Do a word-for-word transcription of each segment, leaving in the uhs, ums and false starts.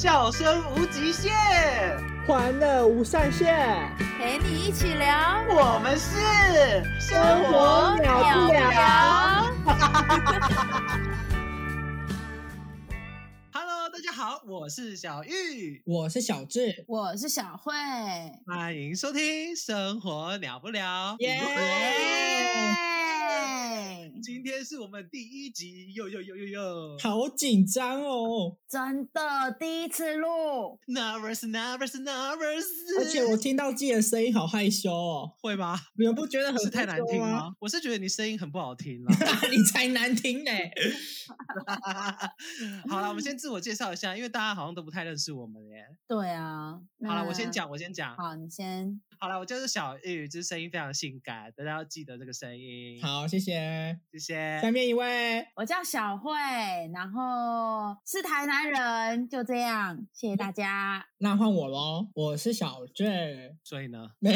笑声无极限， 欢乐无上限， 陪你一起聊。 我们是生活聊不聊 ？Hello， 大家好，我是小玉， 我是小智， 我是小慧， 欢迎收听《生活聊不聊》。 耶、 耶！ 今天是我们第一集，哟哟哟哟哟， 好紧张哦！ 真的第一次录 ，nervous nervous nervous， 而且我听到自己的声音好害羞哦， 会吗？ 你们不觉得很是太难听吗？ 吗？我是觉得你声音很不好听啦。 你才难听嘞！ 好了，我们先自我介绍一下，因为大家好像都不太认识我们耶。 对啊， 好了，我先讲，我先讲。 好，你先。 好了，我就是小玉，就是声音非常性感，大家要记得这个声音。 好，谢谢， 谢谢。 下面一位， 我叫小慧，然后是台南人，就这样，谢谢大家。 那换我咯，我是小智， 所以呢？ 没有，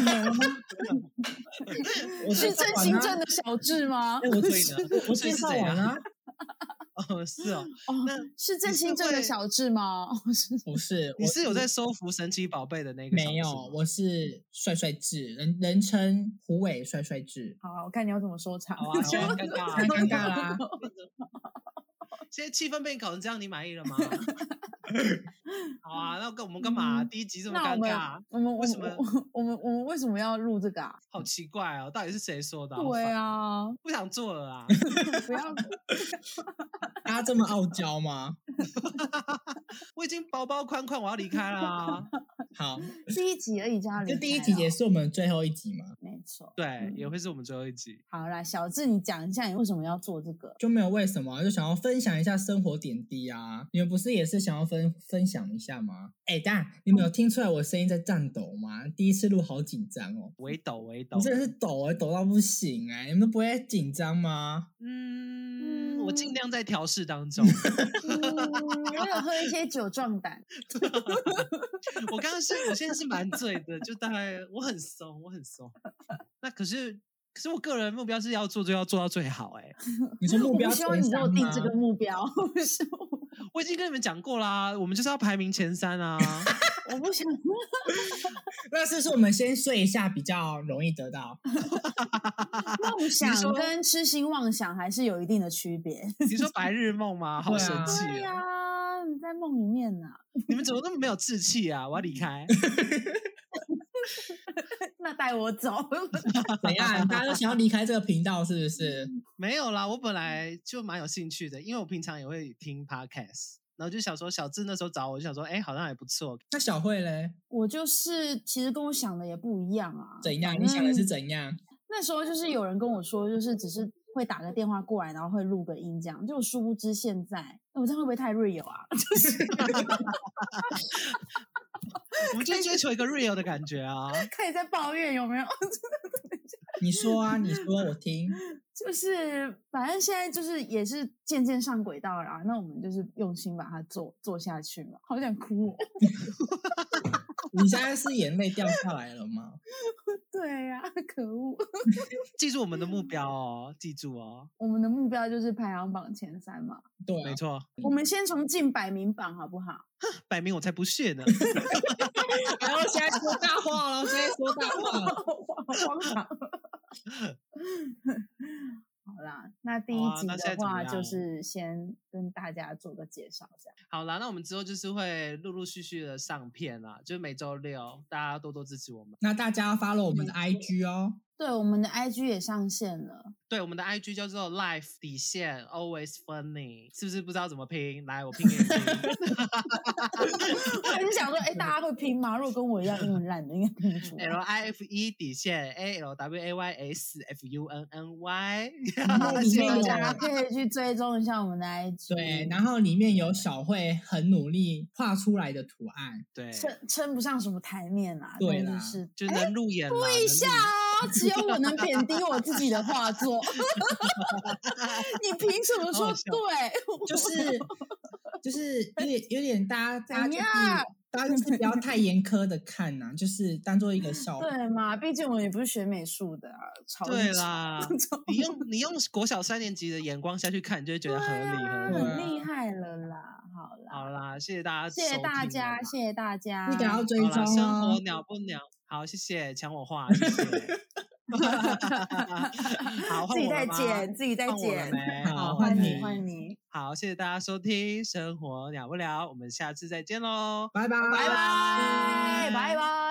我是正行正的小智吗？ 我所以呢？ 我介绍完了。 哦，是哦， 哦，那是正行正的小智吗？ 不是， 你是有在收服神奇宝贝的那个小智吗？ 没有，我是帅帅智，人人称虎尾帅帅智。 好，我看你要怎么收场。 好啊，现在尴尬， 太尴尬啦！ 现在气氛被你搞成这样，你满意了吗？好啊，那跟我们干嘛？ 嗯、 第一集这么尴尬， 我们为什么？ 我们我们为什么要录这个啊？ 好奇怪哦，到底是谁说的？ 对啊， 不想做了啦！ 不要， 大家这么傲娇吗？ 我已经包包宽宽，我要离开啦。 好， 第一集而已，加这第一集也是我们最后一集嘛？ 没错， 对，嗯、也会是我们最后一集。 好啦，小智，你讲一下你为什么要做这个？ 就没有为什么，就想要分享一下生活点滴啊！你们不是也是想要分分享一下吗？哎，当然，你们有听出来我声音在颤抖吗？第一次录好紧张哦， 微抖微抖， 你真的是抖哎、欸，抖到不行哎、欸！你们都不会紧张吗？ 嗯，我尽量在调试当中。 嗯，我有喝一些酒壮胆。 我刚刚是，我现在是蛮醉的，就大概我很松，我很松。那可是，可是我个人目标是要做就要做到最好、欸。哎， 你说目标？ 我希望你给我定这个目标。 我已经跟你们讲过啦，我们就是要排名前三啊。 我不想。 那是不是我们先睡一下比较容易得到？ 梦想跟痴心妄想还是有一定的区别。 你说白日梦吗？好生气、啊！ 对呀、啊，你在梦里面呢、啊。 你们怎么那么没有志气啊？我要离开。 那带我走。 怎样？大家都想要离开这个频道是不是？ 没有啦，我本来就蛮有兴趣的，因为我平常也会听 podcast， 然后就想说小智那时候找我，就想说，哎，好像还不错。 那小慧嘞？ 我就是其实跟我想的也不一样啊。 怎样？你想的是怎样？ 那时候就是有人跟我说，就是只是会打个电话过来，然后会录个音这样，就殊不知现在，我这样会不会太 real 啊？就是我们就追求一个 real 的感觉啊！ 开始在抱怨有没有？ 你说啊，你说我听。 就是反正现在就是也是渐渐上轨道了啦，那我们就是用心把它做做下去嘛。好想哭哦！ 你现在是眼泪掉下来了吗？ 对呀、啊，可恶！ 记住我们的目标哦，记住哦。 我们的目标就是排行榜前三嘛。 对、啊， 没错。 我们先从进百名榜好不好？ 百名我才不屑呢！ 然后现在说大话了，现在说大话了， 荒唐。好啦，那第一集的话就是先跟大家做个介绍，这样。 好啦，那我们之后就是会陆陆续续的上片啦，就是每周六，大家多多支持我们。 那大家要 follow 我们的 I G 哦。 对，我们的 I G 也上线了。 对，我们的 I G 叫做 life 底线 always funny， 是不是不知道怎么拼？来，我拼给你听。 我还是想说，哎、欸，大家会拼吗？如果跟我一样英文烂的，应该拼不出来。 L I F E 底线 A L W A Y S F U N N Y， 谢谢大家可以去追踪一下我们的 I G。 对，然后里面有小慧很努力画出来的图案， 对， 称称不上什么台面啦， 对啦， 就是就能入眼啦。 注意一下哦，只有我能贬低我自己的画作。你凭什么说对？ 就是就是有点有点大家大家就是样大家就是不要太严苛的看呐、啊，就是当做一个笑话。 对嘛，毕竟我也不是学美术的啊。 对啦，你用你用国小三年级的眼光下去看，你就会觉得合理， 啊、 合理， 很厉害了啦。好啦， 好啦，谢谢大家， 谢谢大家，谢谢大家， 记得要追踪哦。 生活鸟不鸟？好，谢谢，抢我话，谢谢。好， 自己在剪，自己在剪。 好，换你， 换你。 好，谢谢大家收听《生活鸟不了》，我们下次再见喽， 拜拜， 拜拜，拜拜。